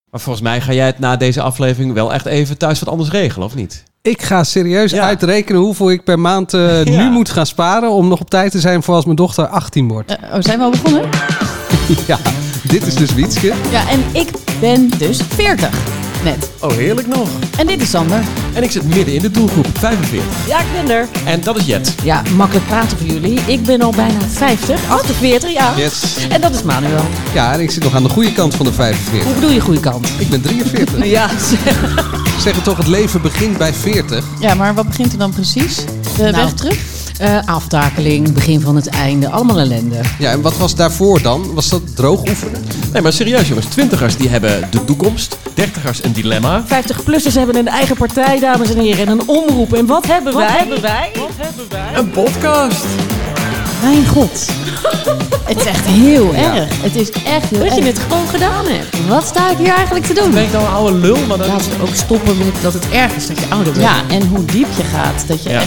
Maar volgens mij ga jij het na deze aflevering wel echt even thuis wat anders regelen, of niet? Ik ga serieus uitrekenen hoeveel ik per maand nu moet gaan sparen om nog op tijd te zijn voor als mijn dochter 18 wordt. Zijn we al begonnen? Ja, dit is dus Wietske. Ja, en ik ben dus 40. Net. Oh, heerlijk nog. En dit is Sander. En ik zit midden in de doelgroep, 45. Ja, ik ben er. En dat is Jet. Ja, makkelijk praten voor jullie. Ik ben al bijna 50, 48, ja. Yes. En dat is Manuel. Ja, en ik zit nog aan de goede kant van de 45. Hoe bedoel je goede kant? Ik ben 43. Ja. Zeggen toch, het leven begint bij 40. Ja, maar wat begint er dan precies? De weg terug? Aftakeling, begin van het einde, allemaal ellende. Ja, en wat was daarvoor dan? Was dat droog oefenen? Nee, maar serieus jongens. 20ers die hebben de toekomst. 30ers een dilemma. 50-plussers hebben een eigen partij, dames en heren. En een omroep. En wat hebben wij? Een podcast. Mijn god. Het is echt heel erg. Het is echt heel erg. Dat je het gewoon gedaan hebt. Wat sta ik hier eigenlijk te doen? Ben ik dan een oude lul? Maar dan... Laten we ook stoppen met dat het erg is dat je ouder bent. Ja, en hoe diep je gaat. Dat je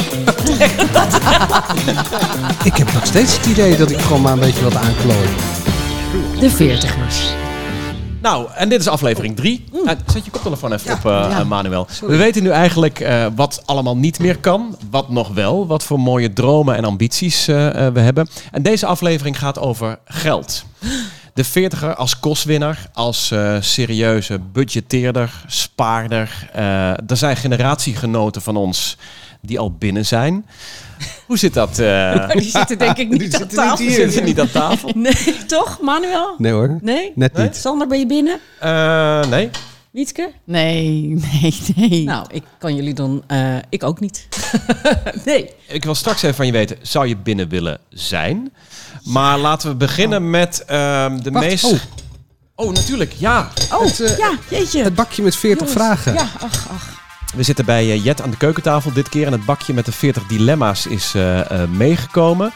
Ik heb nog steeds het idee dat ik gewoon maar een beetje wat aanklooi. De 40ers. Nou, en dit is aflevering 3. Zet je koptelefoon even op, Manuel. Sorry. We weten nu eigenlijk wat allemaal niet meer kan. Wat nog wel. Wat voor mooie dromen en ambities we hebben. En deze aflevering gaat over geld. De 40er als kostwinner, als serieuze budgetteerder, spaarder. Er zijn generatiegenoten van ons die al binnen zijn. Hoe zit dat? Die zitten denk ik niet aan tafel. Die zitten niet aan tafel. Nee, toch, Manuel? Nee hoor, Nee? net niet. Sander, ben je binnen? Nee. Wietske? Nee. Nou, ik kan jullie dan... ik ook niet. Nee. Ik wil straks even van je weten, zou je binnen willen zijn? Maar laten we beginnen met de meest... Oh, natuurlijk, ja. Jeetje. Het bakje met 40 vragen. Ja, ach. We zitten bij Jet aan de keukentafel dit keer. En het bakje met de 40 dilemma's is meegekomen.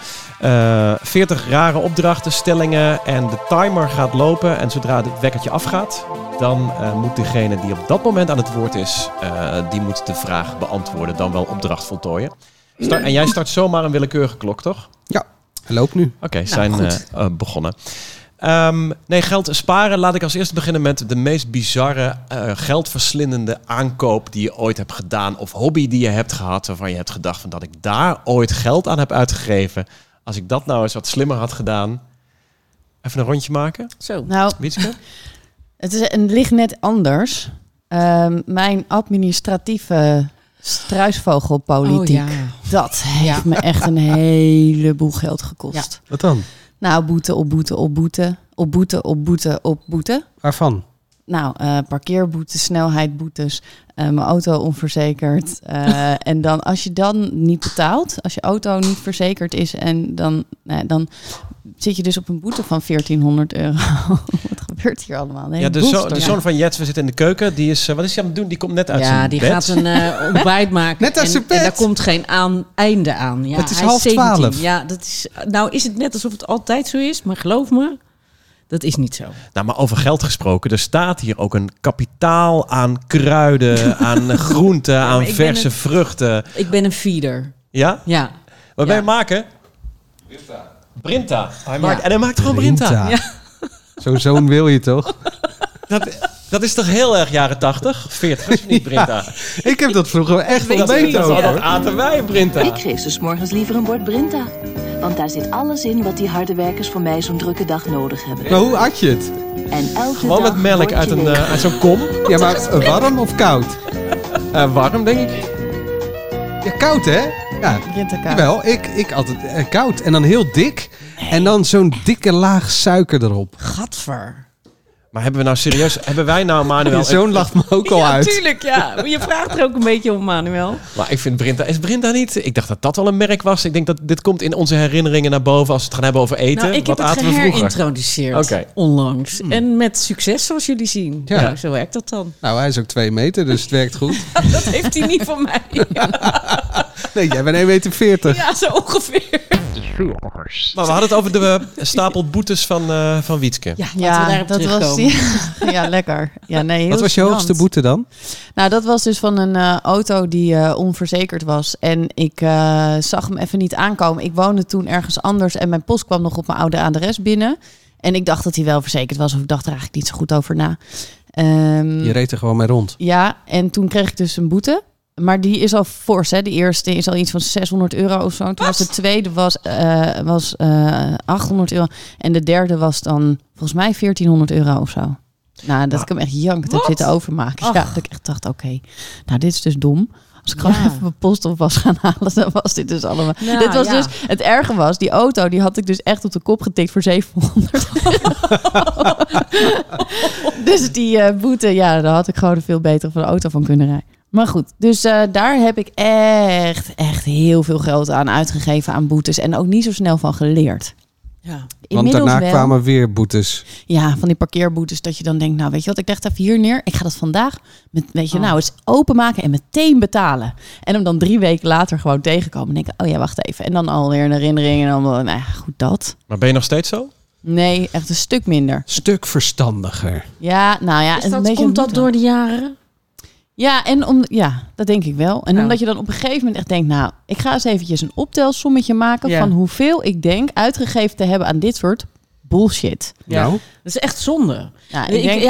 40 rare opdrachten, stellingen en de timer gaat lopen. En zodra het wekkertje afgaat, dan moet degene die op dat moment aan het woord is, die moet de vraag beantwoorden, dan wel opdracht voltooien. En jij start zomaar een willekeurige klok, toch? Ja, hij loopt nu. Oké, zijn begonnen. Geld sparen. Laat ik als eerste beginnen met de meest bizarre, geldverslindende aankoop die je ooit hebt gedaan. Of hobby die je hebt gehad, waarvan je hebt gedacht van dat ik daar ooit geld aan heb uitgegeven. Als ik dat nou eens wat slimmer had gedaan. Even een rondje maken. Zo. Nou, Wietske? het ligt net anders. Mijn administratieve struisvogelpolitiek, dat heeft me echt een heleboel geld gekost. Ja. Wat dan? Nou, boete op boete op boete. Op boete op boete op boete. Waarvan? Nou, parkeerboetes, snelheidboetes, mijn auto onverzekerd. En dan, als je dan niet betaalt, als je auto niet verzekerd is, en dan zit je dus op een boete van €1400. Wat gebeurt hier allemaal? Nee, de zoon van Jet, we zitten in de keuken. Die is, wat is hij aan het doen? Die komt net uit zijn bed. Ja, die gaat een ontbijt maken. Net uit zijn bed? En daar komt geen einde aan. Ja, het is hij 11:30. Ja, dat is, nou is het net alsof het altijd zo is, maar geloof me, dat is niet zo. Nou, maar over geld gesproken, er staat hier ook een kapitaal aan kruiden, aan groenten, aan verse vruchten. Ik ben een feeder. Ja? Ja. Wat ben je maken? Brinta. En hij maakt gewoon Brinta. Ja. Zo'n zoon wil je toch? Dat is toch heel erg jaren 80? 40 is niet Brinta. Ja, ik heb dat vroeger echt wel beter Dat over. aten wij Brinta. Ik geef ze 's morgens liever een bord Brinta. Want daar zit alles in wat die harde werkers voor mij zo'n drukke dag nodig hebben. Maar hoe at je het? En elke Gewoon dag met melk word je uit leeg. zo'n kom. Ja, maar warm of koud? Warm, denk ik. Ja, koud hè? Ja, jawel. Ik altijd koud. En dan heel dik. Nee. En dan zo'n dikke laag suiker erop. Gadver. Maar hebben wij nou Manuel... Je zoon lacht me ook al uit. Ja, tuurlijk, ja. Je vraagt er ook een beetje om, Manuel. Maar ik vind is Brinta niet... Ik dacht dat dat wel een merk was. Ik denk dat dit komt in onze herinneringen naar boven als we het gaan hebben over eten. Nou, ik Wat heb het aten we vroeger? geherintroduceerd onlangs. En met succes, zoals jullie zien. Ja. Nou, zo werkt dat dan. Nou, hij is ook 2 meter, dus het werkt goed. Dat heeft hij niet van mij. Nee, jij bent 1,40 meter. Ja, zo ongeveer. Maar we hadden het over de stapel boetes van Wietske. Ja, laten we daarop terugkomen. Ja, lekker. Ja, nee, wat was je hoogste boete dan? Nou, dat was dus van een auto die onverzekerd was. En ik zag hem even niet aankomen. Ik woonde toen ergens anders en mijn post kwam nog op mijn oude adres binnen. En ik dacht dat hij wel verzekerd was, of ik dacht er eigenlijk niet zo goed over na. Je reed er gewoon mee rond. Ja, en toen kreeg ik dus een boete. Maar die is al fors, hè. De eerste is al iets van €600 of zo. Toen was de tweede was €800. En de derde was dan volgens mij €1400 of zo. Nou, dat ik hem echt jankend heb zitten overmaken. Ja, dat ik echt dacht, oké, nou dit is dus dom. Als ik gewoon even mijn post op was gaan halen, dan was dit dus allemaal... Nou, dit was dus, het erge was, die auto, die had ik dus echt op de kop getikt voor €700. Dus die boete, ja, daar had ik gewoon een veel beter van de auto van kunnen rijden. Maar goed, dus daar heb ik echt heel veel geld aan uitgegeven aan boetes. En ook niet zo snel van geleerd. Ja. Want daarna kwamen weer boetes. Ja, van die parkeerboetes. Dat je dan denkt, nou weet je wat, ik leg het even hier neer. Ik ga dat vandaag, eens openmaken en meteen betalen. En hem dan 3 weken later gewoon tegenkomen. En denken, oh ja, wacht even. En dan alweer een herinnering. En dan, nou ja, goed dat. Maar ben je nog steeds zo? Nee, echt een stuk minder. Stuk verstandiger. Ja, nou ja. Komt dat door de jaren? Ja, dat denk ik wel. En omdat je dan op een gegeven moment echt denkt... nou, ik ga eens eventjes een optelsommetje maken... van hoeveel ik denk uitgegeven te hebben aan dit soort bullshit. Ja. Nou. Dat is echt zonde. Ja,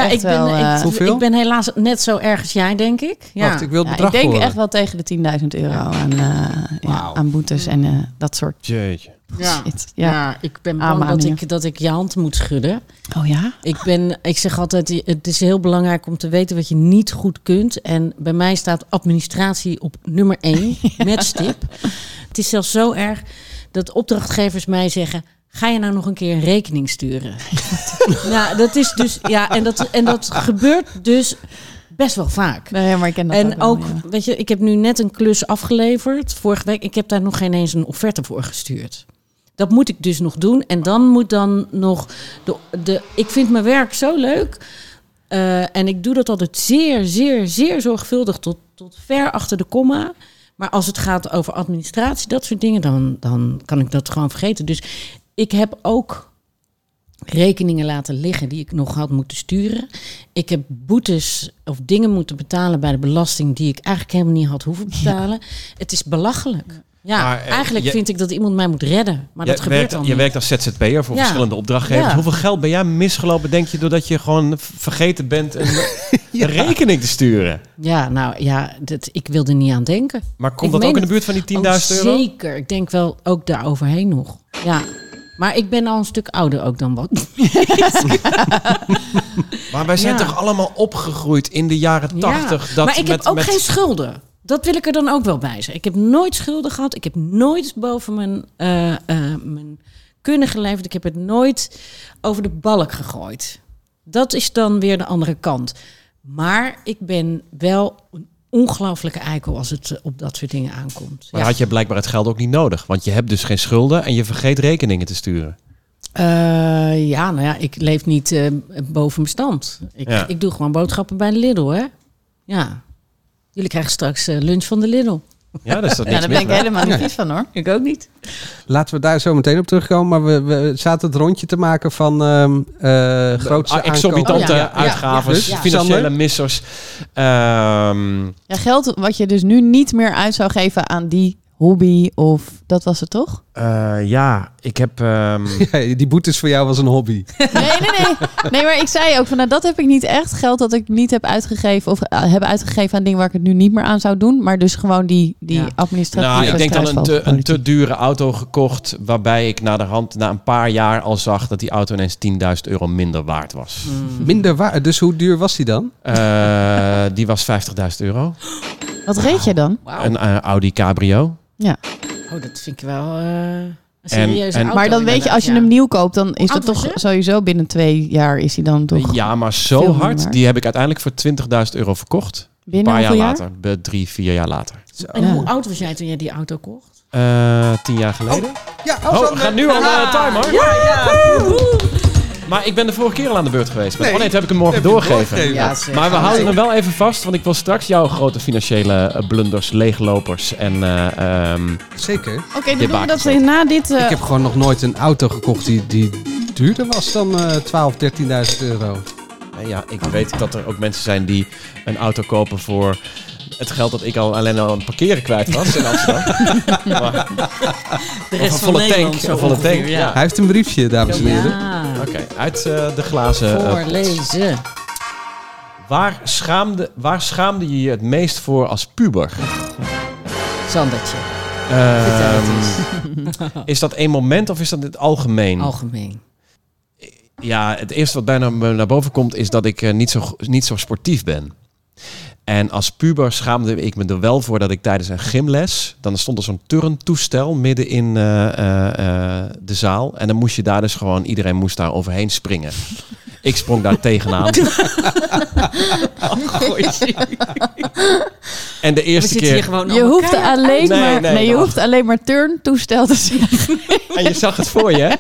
ik ben helaas net zo erg als jij, denk ik. Ja. Wacht, ik wil het bedrag ik denk horen. echt wel tegen de €10.000 aan boetes en dat soort Jeetje. Ja, ik ben bang dat ik je hand moet schudden. Oh ja? Ik zeg altijd, het is heel belangrijk om te weten wat je niet goed kunt. En bij mij staat administratie op nummer 1, met stip. Het is zelfs zo erg dat opdrachtgevers mij zeggen... ga je nou nog een keer een rekening sturen? Nou, dat is dus... Ja, en dat gebeurt dus... best wel vaak. Nee, maar ik ken dat en ook wel, ja. weet je, ik heb nu net een klus afgeleverd vorige week. Ik heb daar nog geen eens een offerte voor gestuurd. Dat moet ik dus nog doen. En dan moet dan nog ik vind mijn werk zo leuk. En ik doe dat altijd zeer, zeer, zeer zorgvuldig tot ver achter de komma. Maar als het gaat over administratie, dat soort dingen, dan kan ik dat gewoon vergeten. Dus ik heb ook rekeningen laten liggen die ik nog had moeten sturen. Ik heb boetes of dingen moeten betalen bij de belasting die ik eigenlijk helemaal niet had hoeven betalen. Ja. Het is belachelijk. Ja, maar, eigenlijk vind ik dat iemand mij moet redden. Maar dat gebeurt dan niet. Je werkt als ZZP'er voor verschillende opdrachtgevers. Ja. Hoeveel geld ben jij misgelopen, denk je, doordat je gewoon vergeten bent een rekening te sturen? Ja, nou ja, ik wilde niet aan denken. Maar komt dat ook in de buurt van die €10.000? Zeker. Ik denk wel ook daar overheen nog. Ja. Maar ik ben al een stuk ouder ook dan wat. Maar wij zijn toch allemaal opgegroeid in de jaren 80. Ja. Maar ik heb ook geen schulden. Dat wil ik er dan ook wel bij zeggen. Ik heb nooit schulden gehad. Ik heb nooit boven mijn kunnen geleverd. Ik heb het nooit over de balk gegooid. Dat is dan weer de andere kant. Maar ik ben wel een ongelooflijke eikel als het op dat soort dingen aankomt. Maar had je blijkbaar het geld ook niet nodig. Want je hebt dus geen schulden en je vergeet rekeningen te sturen. Ik leef niet boven mijn stand. Ik doe gewoon boodschappen bij de Lidl, hè. Ja. Jullie krijgen straks lunch van de Lidl. Ja, dat is dat daar ben ik helemaal niet vies van, hoor. Ik ook niet. Laten we daar zo meteen op terugkomen. Maar we zaten het rondje te maken van grootste exorbitante uitgaves, financiële missers. Geld wat je dus nu niet meer uit zou geven aan die hobby of dat was het toch? Ik heb... die boetes voor jou was een hobby. Nee, maar ik zei ook van dat heb ik niet echt. Geld dat ik niet heb uitgegeven of heb uitgegeven aan dingen waar ik het nu niet meer aan zou doen. Maar dus gewoon die administratieve... Nou, ik denk dan een te dure auto gekocht waarbij ik na een paar jaar al zag dat die auto ineens €10.000 minder waard was. Minder waard? Dus hoe duur was die dan? Die was €50.000. Wat reed je dan? Wow. Een Audi Cabrio. Ja. Oh, dat vind ik wel een serieuze auto. Maar dan weet je, als je hem nieuw koopt, dan is dat toch sowieso binnen 2 jaar is hij dan toch... Ja, maar zo hard. Die heb ik uiteindelijk voor €20.000 verkocht. Binnen een paar jaar later? 3-4 jaar later. Zo. En hoe oud was jij toen jij die auto kocht? 10 jaar geleden. We gaan nu al timer. Ja. Maar ik ben de vorige keer al aan de beurt geweest. Toen heb ik hem morgen doorgegeven. Ja, maar we houden hem wel even vast, want ik wil straks jouw grote financiële blunders, leeglopers en... Zeker. Oké, dan doen we dat na dit... Ik heb gewoon nog nooit een auto gekocht die duurder was dan €12.000-13.000. Ja, ik weet dat er ook mensen zijn die een auto kopen voor het geld dat ik alleen al aan het parkeren kwijt was in Amsterdam. De rest van Nederland. Een volle tank. Ja. Hij heeft een briefje, dames en heren. Oké, uit de glazen... Voorlezen. Waar schaamde je je het meest voor als puber? Zandertje. Is dat één moment of is dat in het algemeen? Algemeen. Ja, het eerste wat bijna naar boven komt is dat ik niet zo sportief ben. En als puber schaamde ik me er wel voor dat ik tijdens een gymles... dan stond er zo'n turntoestel midden in de zaal. En dan moest je daar dus gewoon... iedereen moest daar overheen springen. Ik sprong daar tegenaan. En de eerste keer... Je hoeft alleen maar turntoestel te zeggen. En je zag het voor je, hè?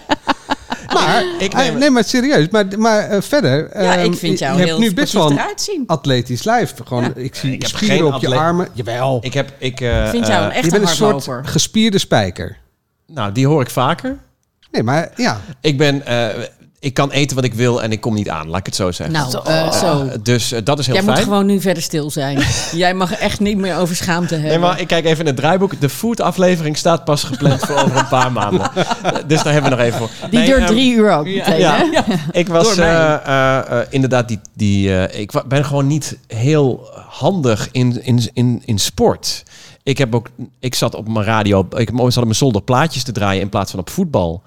Maar, maar serieus. Maar verder... ik vind jou je heel hebt nu best wel eruit zien. atletisch lijf. Gewoon, ik zie spieren op je armen. Jawel. Ik vind jou echt je bent een soort hardloper. gespierde spijker. Nou, die hoor ik vaker. Nee, maar ja. Ik kan eten wat ik wil en ik kom niet aan, laat ik het zo zeggen. Nou, zo. Dus dat is heel Jij fijn. moet gewoon nu verder stil zijn. Jij mag echt niet meer over schaamte hebben. Nee, maar ik kijk even in het draaiboek. De food-aflevering staat pas gepland voor over een paar maanden. Dus daar hebben we nog even voor. Die duurt 3 uur ook meteen, hè? Ik was inderdaad ik ben gewoon niet heel handig in sport. Ik zat op mijn radio, ik zat op mijn zolder plaatjes te draaien in plaats van op voetbal.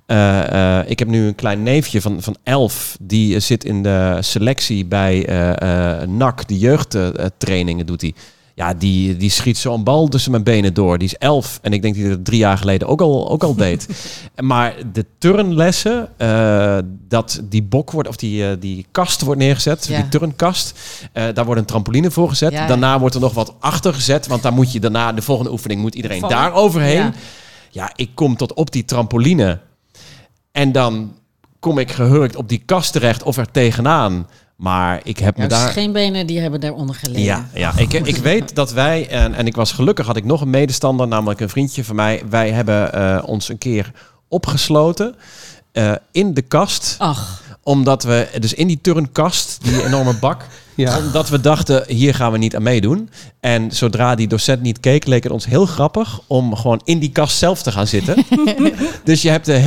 Ik heb nu een klein neefje van 11. Die zit in de selectie bij NAC. De jeugdtrainingen doet hij. Ja, die schiet zo'n bal tussen mijn benen door. Die is 11. En ik denk dat hij dat 3 jaar geleden ook al deed. Maar de turnlessen, dat die bok wordt, of die kast wordt neergezet, die turnkast, daar wordt een trampoline voor gezet. Ja. Daarna wordt er nog wat achter gezet, want daar moet je daarna, de volgende oefening, moet iedereen daar overheen. Ja, ik kom tot op die trampoline. En dan kom ik gehurkt op die kast terecht of er tegenaan. Maar ik heb me daar... scheenbenen, die hebben daaronder gelegen. Ja. Ik weet dat wij... En ik was gelukkig, had ik nog een medestander, namelijk een vriendje van mij. Wij hebben ons een keer opgesloten in de kast. Ach. Omdat we, dus in die turnkast, die enorme bak... Omdat we dachten, hier gaan we niet aan meedoen. En zodra die docent niet keek, leek het ons heel grappig om gewoon in die kast zelf te gaan zitten. Dus je hebt de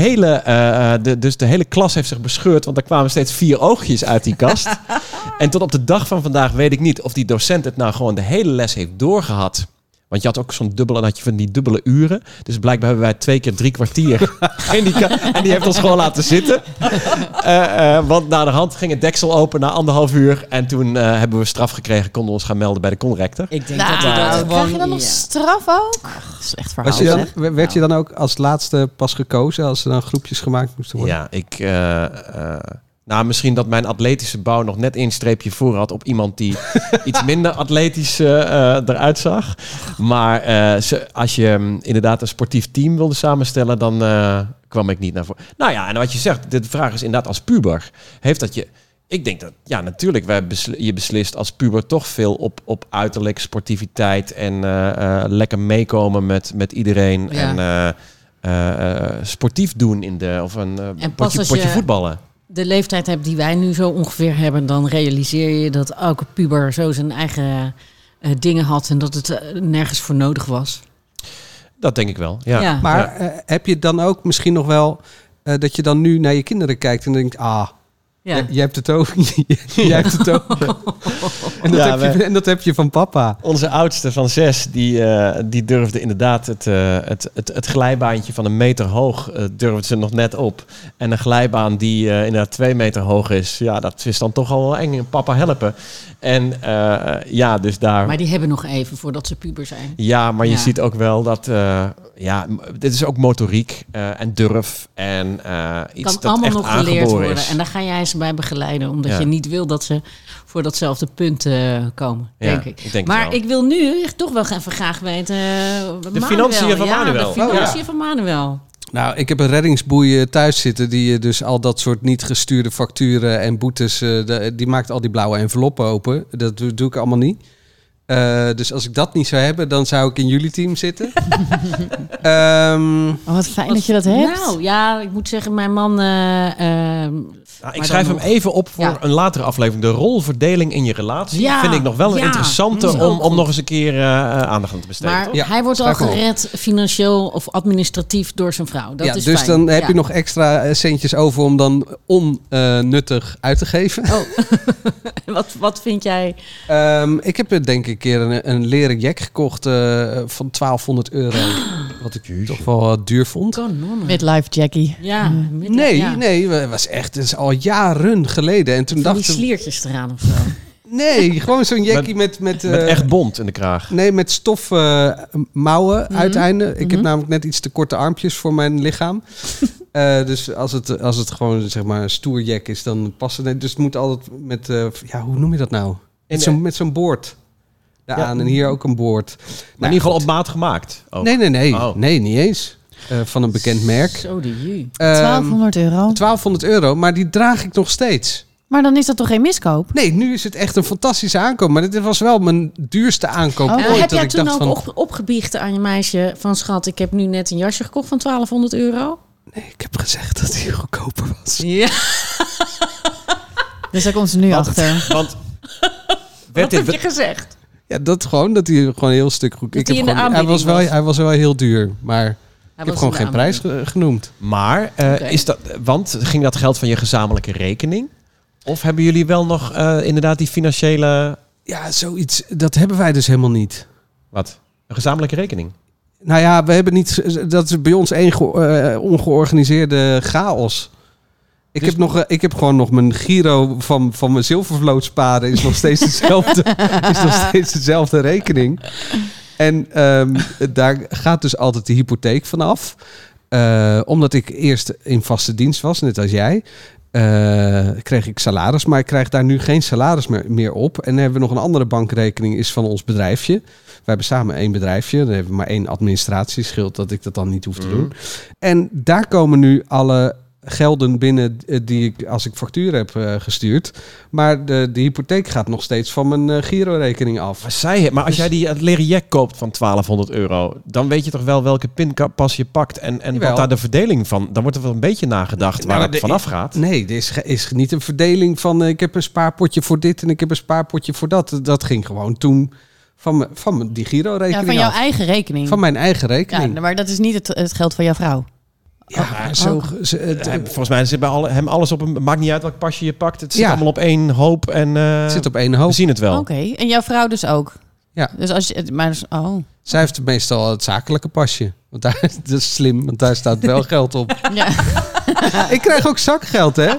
hele klas heeft zich bescheurd, want er kwamen steeds 4 oogjes uit die kast. En tot op de dag van vandaag weet ik niet of die docent het nou gewoon de hele les heeft doorgehad. Want je had ook zo'n dubbele, had je van die dubbele uren. Dus blijkbaar hebben wij 2 keer 3 kwartier in die en die heeft ons gewoon laten zitten. Want na de hand ging het deksel open na 1,5 uur. En toen hebben we straf gekregen, konden we ons gaan melden bij de conrector. Ik denk dat gewoon... Krijg je dan nog straf ook? Slecht verhaal. Werd je dan ook als laatste pas gekozen als er dan groepjes gemaakt moesten worden? Ja, nou, misschien dat mijn atletische bouw nog net 1 streepje voor had op iemand die iets minder atletisch eruit zag. Maar als je inderdaad een sportief team wilde samenstellen, dan kwam ik niet naar voren. Nou ja, en wat je zegt, de vraag is inderdaad als puber. Heeft dat je... Ik denk dat, ja, natuurlijk, je beslist als puber toch veel op uiterlijk, sportiviteit en lekker meekomen met iedereen. Ja. En sportief doen of een potje voetballen. De leeftijd hebt die wij nu zo ongeveer hebben, dan realiseer je dat elke puber zo zijn eigen dingen had en dat het nergens voor nodig was. Dat denk ik wel, ja. Maar heb je dan ook misschien nog wel dat je dan nu naar je kinderen kijkt en denkt, jij hebt het ook. Jij hebt het ook. En dat heb je van papa. Onze oudste van 6, die durfde inderdaad het glijbaantje van 1 meter hoog, durfde ze nog net op. En een glijbaan die inderdaad 2 meter hoog is, ja, dat is dan toch al wel eng. Papa helpen. En dus daar... Maar die hebben nog even voordat ze puber zijn. Ja, maar je ziet ook wel dat... dit is ook motoriek en durf en iets kan dat allemaal echt nog geleerd aangeboren worden. is. En daar ga jij ze bij begeleiden, omdat je niet wil dat ze voor datzelfde punt komen, denk ik. Maar ik wil nu toch wel even graag weten... de financiën van Manuel. De financiën van Manuel. Nou, ik heb een reddingsboei thuis zitten die dus al dat soort niet gestuurde facturen en boetes, die maakt al die blauwe enveloppen open. Dat doe ik allemaal niet. Dus als ik dat niet zou hebben, dan zou ik in jullie team zitten. Wat fijn dat je dat hebt. Nou ja, ik moet zeggen, mijn man Nou, ik Maar schrijf dan hem nog. even op voor Ja. een latere aflevering. De rolverdeling in je relatie Ja, vind ik nog wel een ja, interessante dat is ook om goed. nog eens een keer aandacht aan te besteden. Maar toch? Ja, hij wordt al schrijf maar op. gered financieel of administratief door zijn vrouw. Dat is dus fijn. dan heb Ja. je nog extra centjes over om dan onnuttig uit te geven. Wat vind jij? Ik heb denk ik een keer een leren jack gekocht van €1200. Wat ik toch wel duur vond. Kanonnen. Midlife Jackie. Ja, Nee, het was echt, het is al jaren geleden. En toen Van die dacht ik, sliertjes eraan of zo. nee, gewoon zo'n jackie met Met echt bont in de kraag. Nee, met stof mouwen uiteinden. Ik heb namelijk net iets te korte armpjes voor mijn lichaam. Dus als het gewoon zeg maar een stoer jack is, dan past het net. Dus het moet altijd met, hoe noem je dat nou? Met zo'n boord daaraan en hier ook een boord. Maar in ieder geval op maat gemaakt. Ook. Nee. Oh. Nee, niet eens. Van een bekend merk. Zo de ju. €1200. €1200, maar die draag ik nog steeds. Maar dan is dat toch geen miskoop? Nee, nu is het echt een fantastische aankoop. Maar dit was wel mijn duurste aankoop Oh. ooit. Heb dat jij ik toen dacht ook opgebiecht aan je meisje van schat, ik heb nu net een jasje gekocht van €1200? Nee, ik heb gezegd dat hij goedkoper was. Ja. Dus daar komt ze nu achter. Want Wat werd heb dit, je gezegd? Ja, dat hij gewoon een heel stuk goed. Dat hij in de hij aanbieding was. hij was wel heel duur, maar ik heb was gewoon in de geen prijs genoemd. maar is dat, want ging dat geld van je gezamenlijke rekening? Of hebben jullie wel nog inderdaad die financiële... Ja, zoiets, dat hebben wij dus helemaal niet. Wat? Een gezamenlijke rekening? Nou ja, we hebben niet. Dat is bij ons één ongeorganiseerde chaos. Ik heb gewoon nog mijn Giro van mijn zilvervloot sparen. Is nog steeds hetzelfde. Is nog steeds dezelfde rekening. En daar gaat dus altijd de hypotheek vanaf. Omdat ik eerst in vaste dienst was, net als jij. Kreeg ik salaris, maar ik krijg daar nu geen salaris meer op. En dan hebben we nog een andere bankrekening, is van ons bedrijfje. We hebben samen 1 bedrijfje. Dan hebben we maar 1 administratie. Scheelt dat ik dat dan niet hoef te doen. En daar komen nu alle gelden binnen die ik als ik factuur heb gestuurd. Maar de hypotheek gaat nog steeds van mijn Giro-rekening af. Maar als jij die leren jack koopt van €1200, dan weet je toch wel welke pinpas je pakt en wat daar de verdeling van... Dan wordt er wel een beetje nagedacht waar het vanaf gaat. Nee, er is niet een verdeling van ik heb een spaarpotje voor dit en ik heb een spaarpotje voor dat. Dat ging gewoon toen van die Giro-rekening Ja, van jouw af. eigen rekening. Van mijn eigen rekening. Ja, maar dat is niet het geld van jouw vrouw. Volgens mij zit bij hem alles op een... Maakt niet uit welk pasje je pakt. Het zit Ja. allemaal op één hoop en het zit op één hoop. we zien het wel. Oké, en jouw vrouw dus ook? Ja. Dus als je... Maar, Zij heeft meestal het zakelijke pasje. Want daar, dat is slim, want daar staat wel geld op. ja. Ik krijg ook zakgeld, hè?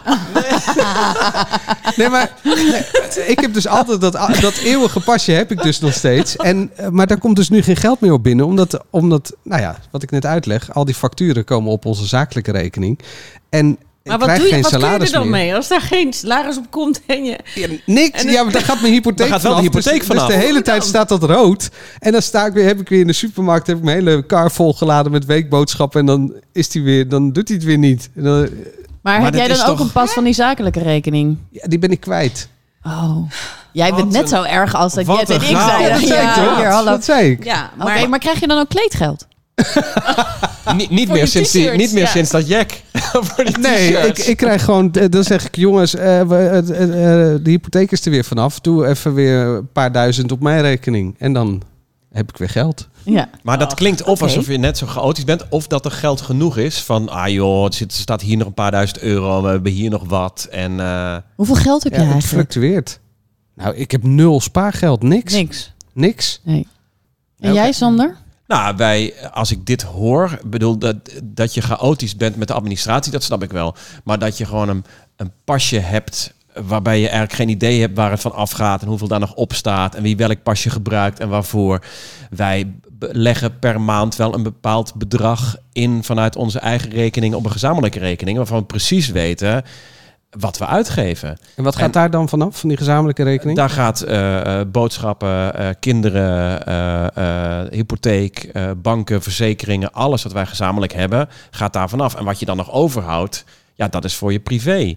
Nee, maar ik heb dus altijd dat eeuwige pasje heb ik dus nog steeds. Maar daar komt dus nu geen geld meer op binnen. Omdat, nou ja, wat ik net uitleg, al die facturen komen op onze zakelijke rekening. En Maar ik wat krijg doe je, geen wat kun je salaris er dan meer. mee als daar geen salaris op komt en je... Ja, niks. Ja, maar daar gaat mijn hypotheek Daar gaat wel de vanaf. hypotheek dus, vanaf. Dus de hele tijd staat dat rood. En dan heb ik weer in de supermarkt heb ik mijn hele kar volgeladen met weekboodschappen. En dan doet hij het weer niet. En dan, Maar heb dit jij dan is ook toch- een pas van die zakelijke rekening? ja, die ben ik kwijt. Oh. Jij bent net zo erg als dat wat Jet en een ik chaos. zeiden. Dat zei ik toch? Hier, hallo. Dat zei ik. Ja, Oké, maar krijg je dan ook kleedgeld? Niet Voor meer, je sinds, t-shirts, niet meer ja. sinds dat jack. Voor die Nee, t-shirts. ik krijg gewoon... Dan zeg ik, jongens, de hypotheek is er weer vanaf. Doe even weer een paar duizend op mijn rekening. En dan heb ik weer geld. Ja. Maar dat klinkt of oké. alsof je net zo chaotisch bent, of dat er geld genoeg is. Van, joh, er staat hier nog een paar €1000, we hebben hier nog wat. En Hoeveel geld heb Ja, je het eigenlijk? fluctueert. Nou, ik heb 0 spaargeld. Niks. Niks. Nee. En Oké. jij, Sander? nou, als ik dit hoor, bedoel dat je chaotisch bent met de administratie, dat snap ik wel. Maar dat je gewoon een pasje hebt waarbij je eigenlijk geen idee hebt waar het van afgaat en hoeveel daar nog op staat en wie welk pasje gebruikt en waarvoor. Wij leggen per maand wel een bepaald bedrag in vanuit onze eigen rekening op een gezamenlijke rekening, waarvan we precies weten wat we uitgeven. En wat gaat daar dan vanaf, van die gezamenlijke rekening? Daar gaat boodschappen, kinderen, hypotheek, banken, verzekeringen, alles wat wij gezamenlijk hebben, gaat daar vanaf. En wat je dan nog overhoudt, ja, dat is voor je privé.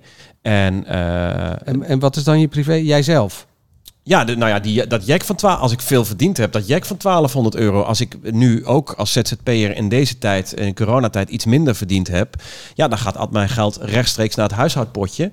En wat is dan je privé? Jijzelf? ja, dat jack van 12, als ik veel verdiend heb, dat jack van €1200, als ik nu ook als ZZP'er in deze tijd, in coronatijd, iets minder verdiend heb, ja, dan gaat al mijn geld rechtstreeks naar het huishoudpotje.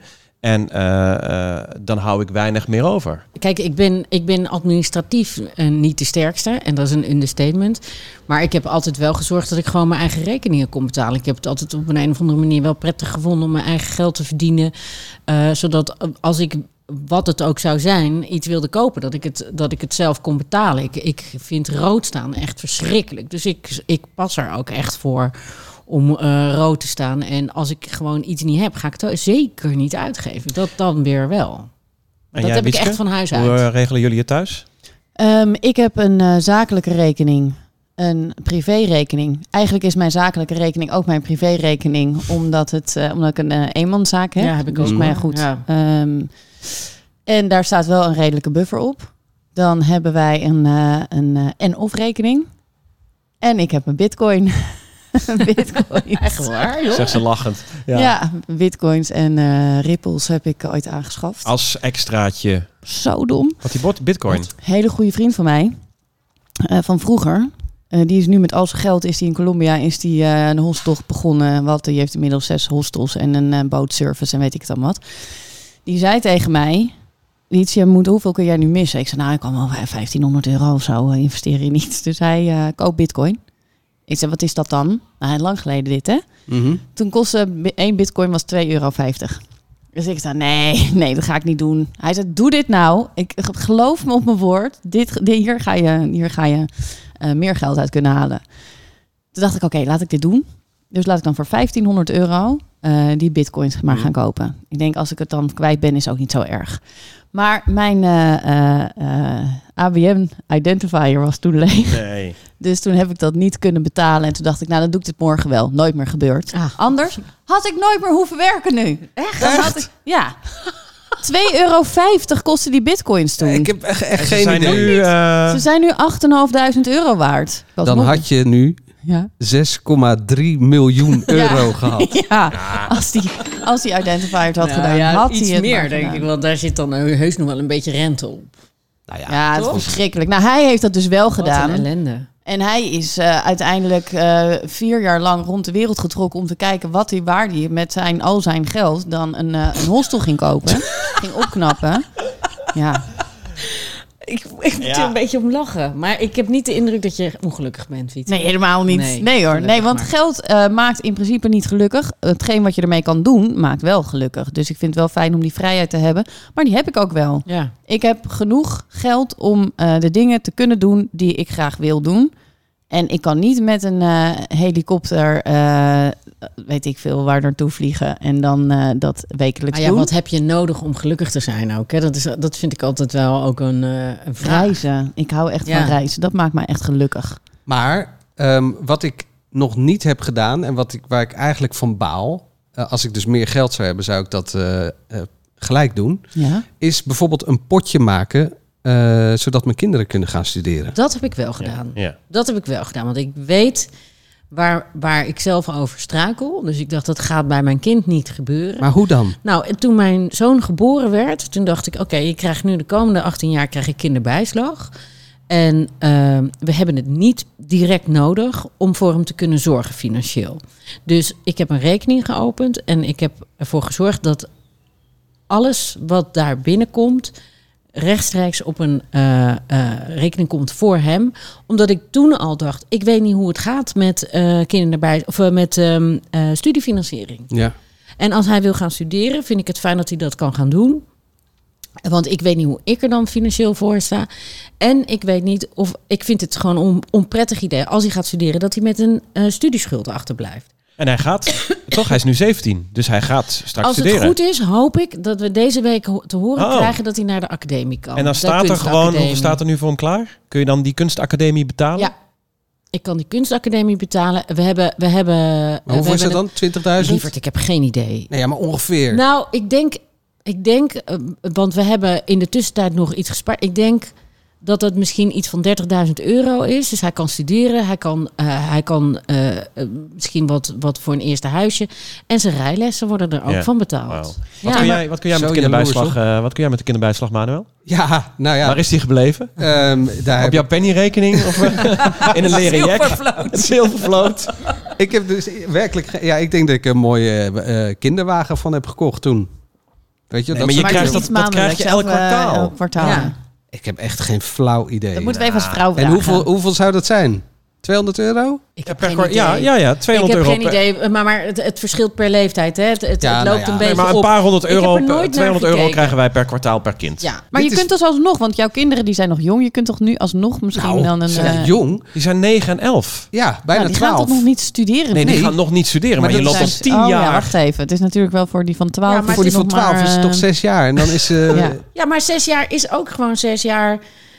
En dan hou ik weinig meer over. Kijk, ik ben administratief niet de sterkste. En dat is een understatement. Maar ik heb altijd wel gezorgd dat ik gewoon mijn eigen rekeningen kon betalen. Ik heb het altijd op een of andere manier wel prettig gevonden om mijn eigen geld te verdienen. Zodat als ik, wat het ook zou zijn, iets wilde kopen, dat ik het zelf kon betalen. Ik vind rood staan echt verschrikkelijk. Dus ik pas er ook echt voor om rood te staan. En als ik gewoon iets niet heb, ga ik het zeker niet uitgeven. Dat dan weer wel. Dat heb Wietske? ik echt van huis uit. Hoe regelen jullie het thuis? Ik heb een zakelijke rekening, een privérekening. Eigenlijk is mijn zakelijke rekening ook mijn privérekening, omdat ik een eenmanszaak heb. Ja, heb ik ook. Dus, maar ja, goed. Ja. En daar staat wel een redelijke buffer op. Dan hebben wij een en-of rekening. En ik heb een bitcoin. Bitcoins. Echt waar, joh? Zegt ze lachend. Ja, bitcoins en ripples heb ik ooit aangeschaft. Als extraatje. Zo dom. Wat die bitcoin? Een hele goede vriend van mij, van vroeger. Die is nu met al zijn geld, is die in Colombia, is die een hosteltocht begonnen. Die heeft inmiddels 6 hostels en een bootservice en weet ik het dan wat. Die zei tegen mij, Lietje, hoeveel kun jij nu missen? Ik zei, nou, ik kan wel €1500 of zo investeren in iets. Dus hij koop bitcoin. Ik zei, wat is dat dan? Nou, lang geleden dit, hè? Mhm. Toen kostte 1 bitcoin was €2,50. Dus ik zei, nee, dat ga ik niet doen. Hij zei, doe dit nou. Ik geloof me op mijn woord. Hier ga je meer geld uit kunnen halen. Toen dacht ik, oké, laat ik dit doen. Dus laat ik dan voor €1500 die bitcoins maar gaan kopen. Ik denk, als ik het dan kwijt ben, is ook niet zo erg. Maar mijn ABN-identifier was toen leeg. Nee. Dus toen heb ik dat niet kunnen betalen. En toen dacht ik, nou, dan doe ik dit morgen wel. Nooit meer gebeurd. Ah. Anders had ik nooit meer hoeven werken nu. Echt? Ja. €2,50 kostte die bitcoins toen. Ik heb echt Ze geen zijn idee. nu... Ze zijn nu €8.500 waard. Dan had je nu Ja. 6,3 miljoen euro gehad. Ja, als die identifier het had gedaan, had iets hij het meer, maar denk gedaan. ik. Want daar zit dan heus nog wel een beetje rente op. Nou Ja, het is toch? verschrikkelijk. Nou, hij heeft dat dus wel Wat een gedaan. ellende. En hij is uiteindelijk 4 jaar lang rond de wereld getrokken om te kijken waar hij met al zijn geld dan een hostel ging kopen. Ging opknappen. Ja. Ik moet er een beetje om lachen. Maar ik heb niet de indruk dat je ongelukkig bent, Wiet. Nee, helemaal niet. Nee, Nee hoor. gelukkig Nee, want maar. geld maakt in principe niet gelukkig. Hetgeen wat je ermee kan doen, maakt wel gelukkig. Dus ik vind het wel fijn om die vrijheid te hebben. Maar die heb ik ook wel. Ja. Ik heb genoeg geld om de dingen te kunnen doen die ik graag wil doen. En ik kan niet met een helikopter, weet ik veel, waar naartoe vliegen. En dan dat wekelijks Maar ja, doen. wat heb je nodig om gelukkig te zijn ook? Hè? Dat vind ik altijd wel ook een vraag. Reizen. Ik hou echt Ja. van reizen. Dat maakt mij echt gelukkig. Maar wat ik nog niet heb gedaan en waar ik eigenlijk van baal, als ik dus meer geld zou hebben, zou ik dat gelijk doen, Ja. is bijvoorbeeld een potje maken, zodat mijn kinderen kunnen gaan studeren. Dat heb ik wel gedaan. Ja. Dat heb ik wel gedaan. Want ik weet waar ik zelf over struikel. Dus ik dacht, dat gaat bij mijn kind niet gebeuren. Maar hoe dan? Nou, en toen mijn zoon geboren werd, toen dacht ik, oké, je krijgt nu de komende 18 jaar krijg je kinderbijslag. En we hebben het niet direct nodig om voor hem te kunnen zorgen financieel. Dus ik heb een rekening geopend en ik heb ervoor gezorgd dat alles wat daar binnenkomt rechtstreeks op een rekening komt voor hem. Omdat ik toen al dacht, ik weet niet hoe het gaat met studiefinanciering. Ja. En als hij wil gaan studeren, vind ik het fijn dat hij dat kan gaan doen. Want ik weet niet hoe ik er dan financieel voor sta. En ik weet niet of... Ik vind het gewoon een onprettig idee als hij gaat studeren, dat hij met een studieschuld achterblijft. En hij gaat, toch? Hij is nu 17, dus hij gaat straks Als het studeren. goed is, hoop ik dat we deze week te horen Oh. krijgen dat hij naar de academie kan. En dan De staat er gewoon, kunstacademie. hoeveel staat er nu voor hem klaar? Kun je dan die kunstacademie betalen? Ja, ik kan die kunstacademie betalen. We hebben Maar hoeveel is het dan? 20.000? Lieverd, ik heb geen idee. Nee, ja, maar ongeveer. Nou, ik denk, want we hebben in de tussentijd nog iets gespaard. Ik denk dat het misschien iets van €30.000 is. Dus hij kan studeren, hij kan misschien wat voor een eerste huisje. En zijn rijlessen worden er ook Ja. van betaald. Wauw. Ja. Wat kun jij met Zo de kinderbijslag? jaloers, Wat kun jij met de kinderbijslag, Manuel? Ja, nou ja. Waar is die gebleven? Daar Op heb jouw pennyrekening? Of in een leren jack? Een zilvervloot. ik heb dus werkelijk... Ja, ik denk dat ik een mooie kinderwagen van heb gekocht toen. Weet je, Nee, dat maar je soort krijgt dingen. dat krijg je elk kwartaal. Elk kwartaal. Ja. Ik heb echt geen flauw idee. Dat moeten we even als vrouw En vragen. hoeveel zou dat zijn? €200? Ik heb Per geen kwart- idee. ja, €200 Ik heb geen per- idee, maar het verschilt per leeftijd. Hè? Het Ja, loopt nou ja. een Nee, beetje maar een op. paar honderd Ik heb euro, er nooit naar €200 gekeken. krijgen wij per kwartaal per kind. Ja. Maar Dit je is- kunt dus alsnog, want jouw kinderen die zijn nog jong. Je kunt toch nu alsnog misschien dan een... ze zijn jong. Die zijn 9 en 11. Ja, bijna nou, die gaan 12. toch nog niet studeren? Nee, die Nee. gaan nog niet studeren, maar, Maar je dat loopt al zijn- 10 Oh jaar. ja, wacht even. Het is natuurlijk wel voor die van 12. Ja, maar Voor die is van nog 12 maar, is het toch 6 jaar. En dan is Ja. Ja, maar 6 jaar is ook gewoon 6 jaar...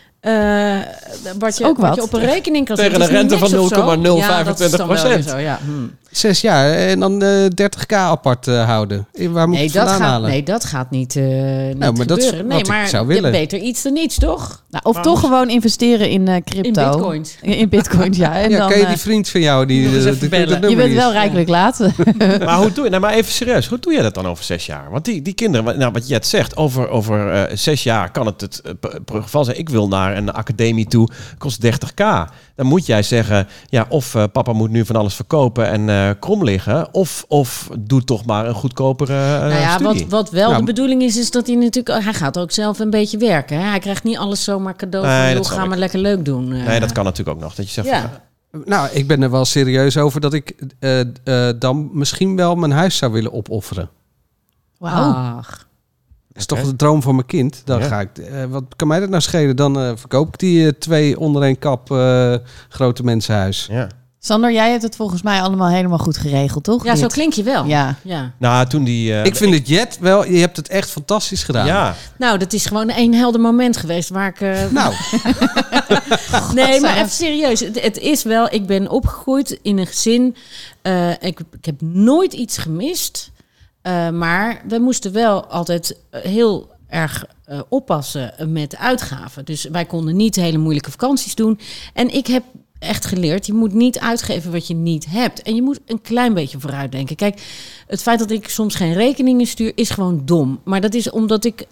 wat je ook wat. op een rekening kan Tegen zetten. een Het is rente niet van niks of zo. 0,025%. Ja, dat is dan wel weer zo, ja. 6 jaar. En dan 30k apart houden. Waar moet Nee, ik het vandaan halen? dat gaat niet, niet maar dat is gebeuren. Nee, wat ik maar zou je willen. hebt beter iets dan niets, toch? Nou, of toch gewoon investeren in crypto. In bitcoins. In bitcoins, ja. En Ja, dan, kan je die vriend van jou die Nog eens even dat bellen. nummer je bent is? wel rijkelijk laat. Maar hoe doe je, nou maar even serieus, hoe doe je dat dan over 6 jaar? Want die kinderen, nou wat Jet zegt, over 6 jaar kan het geval zijn, ik wil naar een academie toe, kost 30k. Dan moet jij zeggen, ja, of papa moet nu van alles verkopen en krom liggen, of doe toch maar een goedkopere Nou ja, studie. wat wel Nou, de bedoeling is dat hij natuurlijk... Hij gaat ook zelf een beetje werken. Hè? Hij krijgt niet alles zomaar cadeau Nee, van... dat joh, snap ga ik. maar lekker leuk doen. Nee, dat kan natuurlijk ook nog. Dat je zegt, Ja. Nou, ik ben er wel serieus over dat ik dan misschien wel mijn huis zou willen opofferen. Wauw. Ach. Dat is toch de droom van mijn kind. Dan Ja. ga ik, wat kan mij dat nou schelen? Dan verkoop ik die 2 onder één kap grote mensenhuis. ja. Sander, jij hebt het volgens mij allemaal helemaal goed geregeld, toch? Ja, zo Dit? klink je wel. Ja. Nou, toen die... Ik vind het Jet wel, je hebt het echt fantastisch gedaan. Ja, Nou, dat is gewoon een helder moment geweest waar ik... Nou, nee, maar even serieus. Het is wel... Ik ben opgegroeid in een gezin. Ik heb nooit iets gemist. Maar we moesten wel altijd heel erg oppassen met uitgaven. Dus wij konden niet hele moeilijke vakanties doen. En ik heb echt geleerd, je moet niet uitgeven wat je niet hebt. En je moet een klein beetje vooruit denken. Kijk, het feit dat ik soms geen rekeningen stuur, is gewoon dom. Maar dat is omdat ik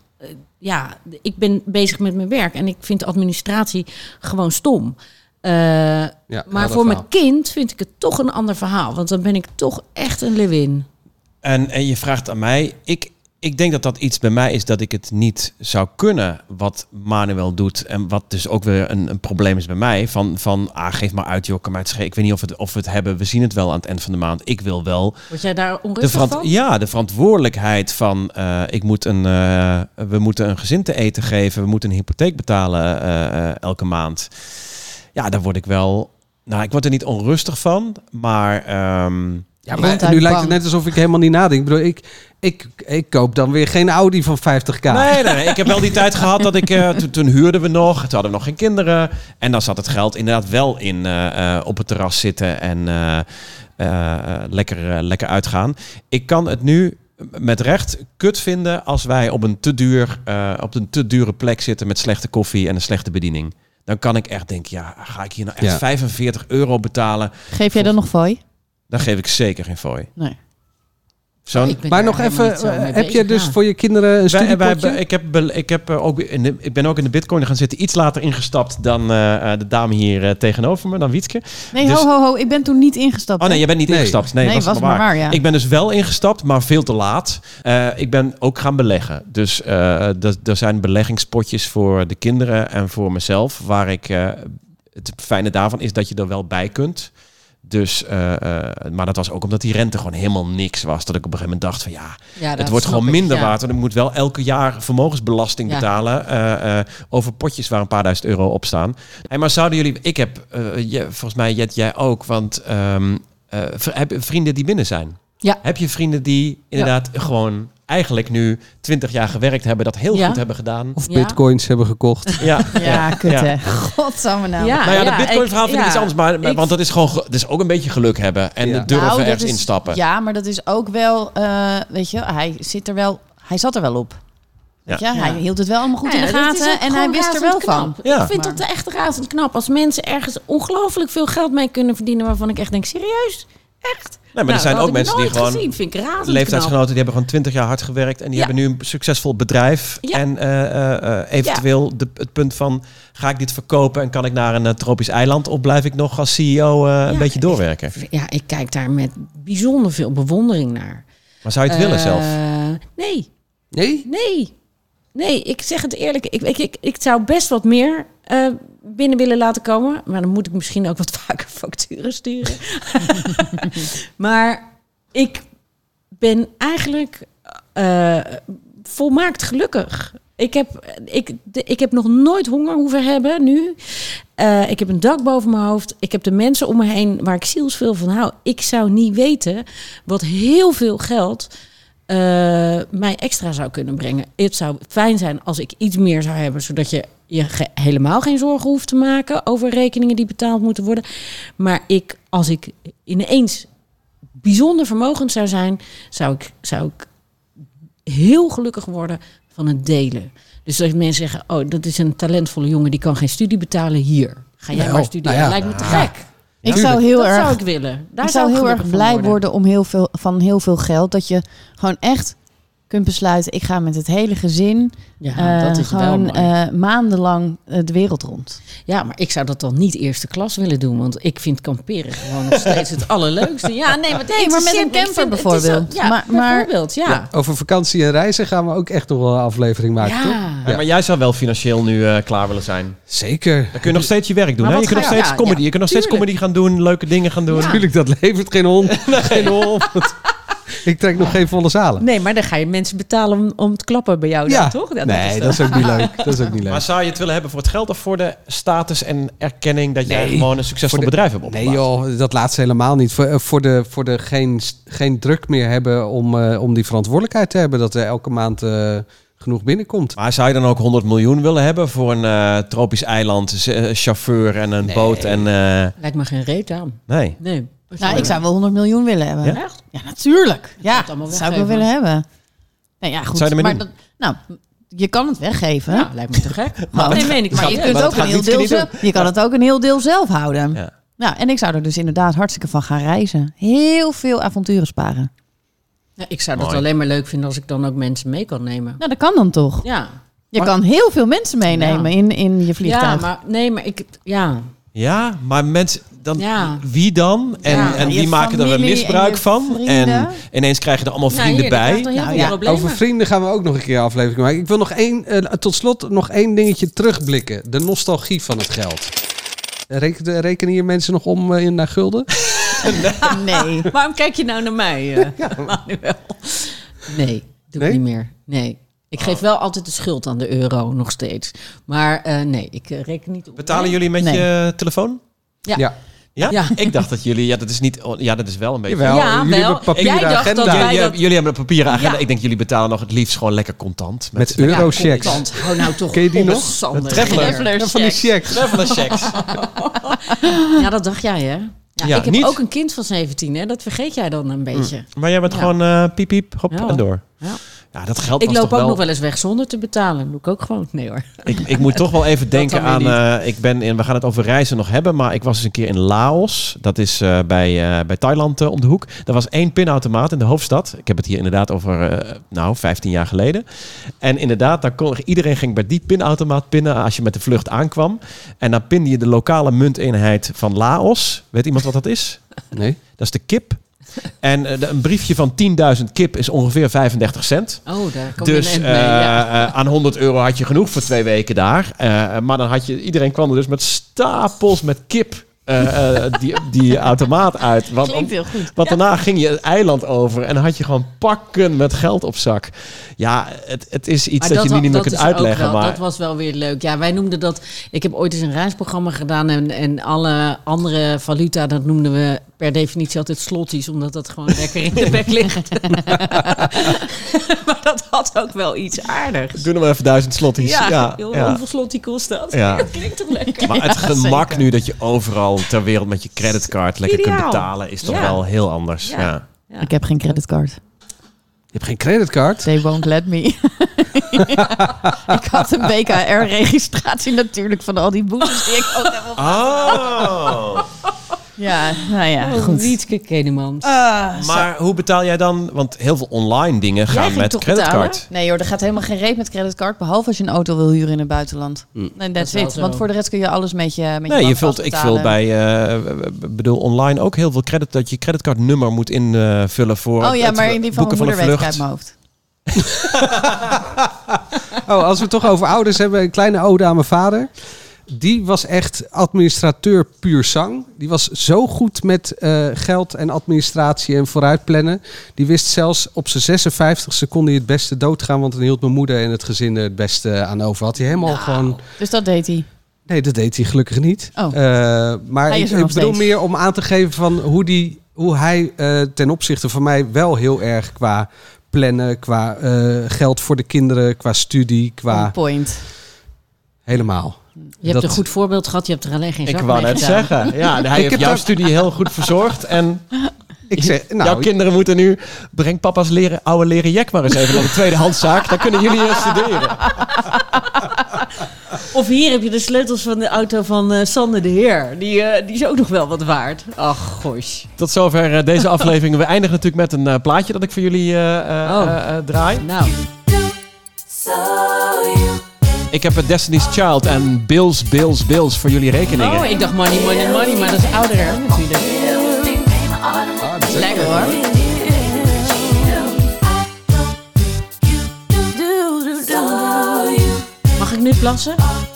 ik ben bezig met mijn werk. En ik vind administratie gewoon stom. Maar voor mijn kind vind ik het toch een ander verhaal. Want dan ben ik toch echt een leeuwin. en je vraagt aan mij, ik denk dat iets bij mij is dat ik het niet zou kunnen wat Manuel doet. En wat dus ook weer een probleem is bij mij. Van geef maar uit, joh, kan mij het schelen. Ik weet niet of we het hebben. We zien het wel aan het eind van de maand. Ik wil wel Word jij daar onrustig van? de verantwoordelijkheid van we moeten een gezin te eten geven. We moeten een hypotheek betalen elke maand. Ja, daar word ik wel... Nou, ik word er niet onrustig van, maar... ja, maar nu lijkt het net alsof ik helemaal niet nadenk. Ik bedoel, ik koop dan weer geen Audi van 50k. Nee. Ik heb wel die tijd gehad dat ik... Toen huurden we nog. Toen hadden we nog geen kinderen. En dan zat het geld inderdaad wel in op het terras zitten en lekker uitgaan. Ik kan het nu met recht kut vinden als wij op een te dure plek zitten met slechte koffie en een slechte bediening. Dan kan ik echt denken, ja, ga ik hier nou echt €45 betalen? Geef jij dan nog fooi? Dan geef ik zeker geen fooi. Nee. Maar nog even, heb je dus voor je kinderen een studiepotje? Ik ben ook in de Bitcoin gaan zitten. Iets later ingestapt dan de dame hier tegenover me, dan Wietske. Nee, Dus- ho. Ik ben toen niet ingestapt. Oh nee, je bent niet Nee. ingestapt. Nee, Nee, was maar waar, ja. Ik ben dus wel ingestapt, maar veel te laat. Ik ben ook gaan beleggen. Dus er zijn beleggingspotjes voor de kinderen en voor mezelf. Waar ik het fijne daarvan is dat je er wel bij kunt. Dus, maar dat was ook omdat die rente gewoon helemaal niks was. Dat ik op een gegeven moment dacht van het wordt gewoon minder waard. Want ik moet wel elke jaar vermogensbelasting betalen over potjes waar een paar duizend euro op staan. Hey, maar zouden jullie... Ik heb, volgens mij Jet, jij ook, want heb je vrienden die binnen zijn? Ja. Heb je vrienden die inderdaad gewoon eigenlijk nu 20 jaar gewerkt hebben, dat heel goed hebben gedaan? Of bitcoins hebben gekocht. Ja, kut hè. Godsamme nou. Ja. Nou ja, de Bitcoin-verhaal vind ik iets anders. Want dat is gewoon, dat is ook een beetje geluk hebben. En durven Nou, dat ergens is- instappen. Ja, maar dat is ook wel, weet je, hij zat er wel op. Weet je? Hij hield het wel allemaal goed in de gaten en hij wist er wel van. Ja. Ik vind dat echt razend knap. Als mensen ergens ongelooflijk veel geld mee kunnen verdienen, waarvan ik echt denk, serieus? Echt? Nee, maar er zijn dat ook heb ik mensen die nooit gewoon... gezien. Vind ik razend leeftijdsgenoten, die hebben gewoon 20 jaar hard gewerkt. En die hebben nu een succesvol bedrijf. Ja. En eventueel het punt van, ga ik dit verkopen en kan ik naar een tropisch eiland? Of blijf ik nog als CEO een beetje doorwerken? Ik kijk daar met bijzonder veel bewondering naar. Maar zou je het willen zelf? Nee. Nee, ik zeg het eerlijk. Ik zou best wat meer binnen willen laten komen. Maar dan moet ik misschien ook wat vaker facturen sturen. Maar ik ben eigenlijk volmaakt gelukkig. Ik heb nog nooit honger hoeven hebben nu. Ik heb een dak boven mijn hoofd. Ik heb de mensen om me heen waar ik zielsveel van hou. Ik zou niet weten wat heel veel geld mij extra zou kunnen brengen. Het zou fijn zijn als ik iets meer zou hebben, zodat je helemaal geen zorgen hoeft te maken over rekeningen die betaald moeten worden. Maar als ik ineens bijzonder vermogend zou zijn, zou ik heel gelukkig worden van het delen. Dus dat mensen zeggen, oh, dat is een talentvolle jongen, die kan geen studie betalen. Hier, ga jij maar studeren. Dat lijkt me te gek. Ik zou heel erg, zou ik willen. ik zou heel erg blij worden om heel veel geld. Dat je gewoon echt kunt besluiten, ik ga met het hele gezin dat is gewoon wel mooi. maandenlang de wereld rond. Ja, maar ik zou dat dan niet eerste klas willen doen. Want ik vind kamperen gewoon nog steeds het allerleukste. Ja, nee, maar met een camper bijvoorbeeld. Ja, bijvoorbeeld, ja. Ja, over vakantie en reizen gaan we ook echt nog wel een aflevering maken, toch? Ja, maar jij zou wel financieel nu klaar willen zijn. Zeker. Dan kun je nog steeds je werk doen. Maar Hè? wat Je kunt nog ga je- steeds ja, comedy. ja, Je kunt nog steeds tuurlijk. comedy gaan doen, leuke dingen gaan doen. Ja. Natuurlijk, dat levert geen hond. Geen hond. Ik trek nog geen volle zalen. Nee, maar dan ga je mensen betalen om te klappen bij jou dan, toch? Ja, nee, dat is ook niet leuk. Dat is ook niet leuk. Maar zou je het willen hebben voor het geld of voor de status en erkenning dat jij Nee, gewoon een succesvol voor de- bedrijf hebt opgebouwd? Nee joh, dat laatste helemaal niet. Voor de geen druk meer hebben om die verantwoordelijkheid te hebben. Dat er elke maand genoeg binnenkomt. Maar zou je dan ook 100 miljoen willen hebben voor een tropisch eiland, chauffeur en een boot? En, Lijkt me geen reet aan. nee. Nee. Nou, ik zou wel 100 miljoen willen hebben. Ja? Echt? Ja, natuurlijk. Ja, het allemaal dat zou ik wel weggeven. willen hebben. Nou ja, goed. zou je ermee maar je kan het weggeven. Ja, lijkt me te gek. Maar Nee, meen ik. Maar je niet. kunt maar ook dat een gaat heel Wietske deel niet zelf. Je kan het ook een heel deel zelf houden. Ja. Nou, en ik zou er dus inderdaad hartstikke van gaan reizen. Heel veel avonturen sparen. Ja, ik zou dat Mooi. alleen maar leuk vinden als ik dan ook mensen mee kan nemen. Nou, dat kan dan toch? Ja. Je kan heel veel mensen meenemen in je vliegtuig. Ja, maar mensen, dan, Ja. wie dan? En, Ja. en Je wie maken er een familie en misbruik je van? vrienden. En ineens krijg je er allemaal vrienden bij. Nou ja, problemen. Over vrienden gaan we ook nog een keer een aflevering maken. Ik wil nog tot slot nog één dingetje terugblikken. De nostalgie van het geld. Rekenen hier mensen nog om naar gulden? Nee. Waarom kijk je nou naar mij, Manuel? Nee, doe Nee? ik niet meer. Nee. Ik geef wel altijd de schuld aan de euro, nog steeds. Maar nee, ik reken niet op. Betalen jullie met Nee. je telefoon? Ja. Ja. Ja? Ja. Ik dacht dat jullie... Ja, dat is niet... Ja, dat is wel een beetje... Jawel, Ja, jullie wel. hebben papieren Jij dacht agenda. dat wij- Jullie hebben een papieren agenda. Ja. Ik denk jullie betalen nog het liefst gewoon lekker contant. Met eurochecks. contant. Hou nou toch Ken je die op, nog? Sander. Een traveler. Ja, van die checks. Traveler checks. Ja, dat dacht jij, hè? Ja, Ja, ik heb niet- ook een kind van 17, hè? Dat vergeet jij dan een beetje. Maar jij bent Ja. gewoon piep piep, hop Ja. en door. Ja. Ja, dat geld Ik was loop toch ook wel... nog wel eens weg zonder te betalen. Doe ik ook gewoon. Nee hoor. Ik moet toch wel even denken dan weer aan... we gaan het over reizen nog hebben, maar ik was eens een keer in Laos. Dat is bij Thailand om de hoek. Er was 1 pinautomaat in de hoofdstad. Ik heb het hier inderdaad over 15 jaar geleden. En inderdaad, iedereen ging bij die pinautomaat pinnen als je met de vlucht aankwam. En dan pinde je de lokale munteenheid van Laos. Weet iemand wat dat is? Nee. Dat is de kip. En een briefje van 10.000 kip is ongeveer 35 cent. Oh, daar komt Dus een end mee. Ja. aan 100 euro had je genoeg voor 2 weken daar. Maar dan iedereen kwam er dus met stapels met kip die automaat uit. Klinkt heel goed. Want daarna ging je het eiland over en dan had je gewoon pakken met geld op zak. Ja, het is iets Maar dat je niet meer kunt is ook uitleggen. wel- Maar Dat was wel weer leuk. Ja, wij noemden dat... Ik heb ooit eens een reisprogramma gedaan en alle andere valuta, dat noemden we per definitie altijd slotties, omdat dat gewoon lekker in de bek ligt. Maar dat had ook wel iets aardigs. doen we even 1000 slotties. Ja, Ja. hoeveel slottie kost dat? Ja. Dat klinkt toch lekker? Maar het gemak zeker. nu dat je overal ter wereld met je creditcard lekker kunt Ideaal. betalen, is toch Ja. wel heel anders. Ja. Ja. Ja. Ik heb geen creditcard. Je hebt geen creditcard? They won't let me. Ik had een BKR-registratie natuurlijk van al die boetes die ik ook heb op. Oh. Ja, nou ja, Oh, goed. Wietske Kedemans. Maar hoe betaal jij dan? Want heel veel online dingen gaan ging met toch creditcard. Nee hoor, er gaat helemaal geen reet met creditcard. Behalve als je een auto wil huren in het buitenland. Nee, Dat that's is wel it. zo. Want voor de rest kun je alles met je Nee, je bankpas vult, ik betalen. vul bedoel online ook heel veel credit dat je creditcardnummer moet invullen voor Oh ja, het maar in die van boeken mijn van moeder een weet ik uit vlucht. mijn hoofd. Als we het toch over ouders hebben, een kleine ode aan mijn vader. Die was echt administrateur puur sang. Die was zo goed met geld en administratie en vooruitplannen. Die wist zelfs op zijn 56e kon hij het beste doodgaan. Want dan hield mijn moeder en het gezin er het beste aan over. Had hij helemaal gewoon... Dus dat deed hij? Nee, dat deed hij gelukkig niet. Oh. Maar ik bedoel meer om aan te geven van hoe hij ten opzichte van mij wel heel erg qua plannen, qua geld voor de kinderen, qua studie, qua... On point. Helemaal. Je hebt een goed voorbeeld gehad, je hebt er alleen geen zak Ik mee wou net gedaan. zeggen. Ja, hij heeft jouw studie heel goed verzorgd. En Ik zeg, jouw kinderen moeten nu... Breng papa's oude leren jack maar eens even naar de tweedehandszaak. Dan kunnen jullie hier studeren. Of hier heb je de sleutels van de auto van Sander de Heer. Die is ook nog wel wat waard. Ach, gosh. Tot zover deze aflevering. We eindigen natuurlijk met een plaatje dat ik voor jullie draai. Nou, Ik heb Destiny's Child en Bills voor jullie rekeningen. ik dacht money, maar dat is ouder hè, natuurlijk. Lekker hoor. Mag ik nu plassen?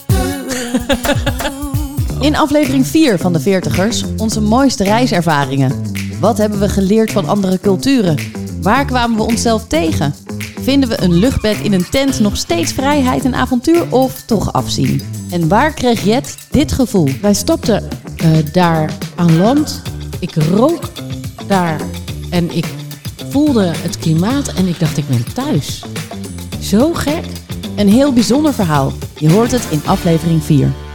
In aflevering 4 van de 40ers onze mooiste reiservaringen. Wat hebben we geleerd van andere culturen? Waar kwamen we onszelf tegen? Vinden we een luchtbed in een tent nog steeds vrijheid en avontuur of toch afzien? En waar kreeg Jet dit gevoel? Wij stapten daar aan land. Ik rook daar en ik voelde het klimaat en ik dacht ik ben thuis. Zo gek. Een heel bijzonder verhaal. Je hoort het in aflevering 4.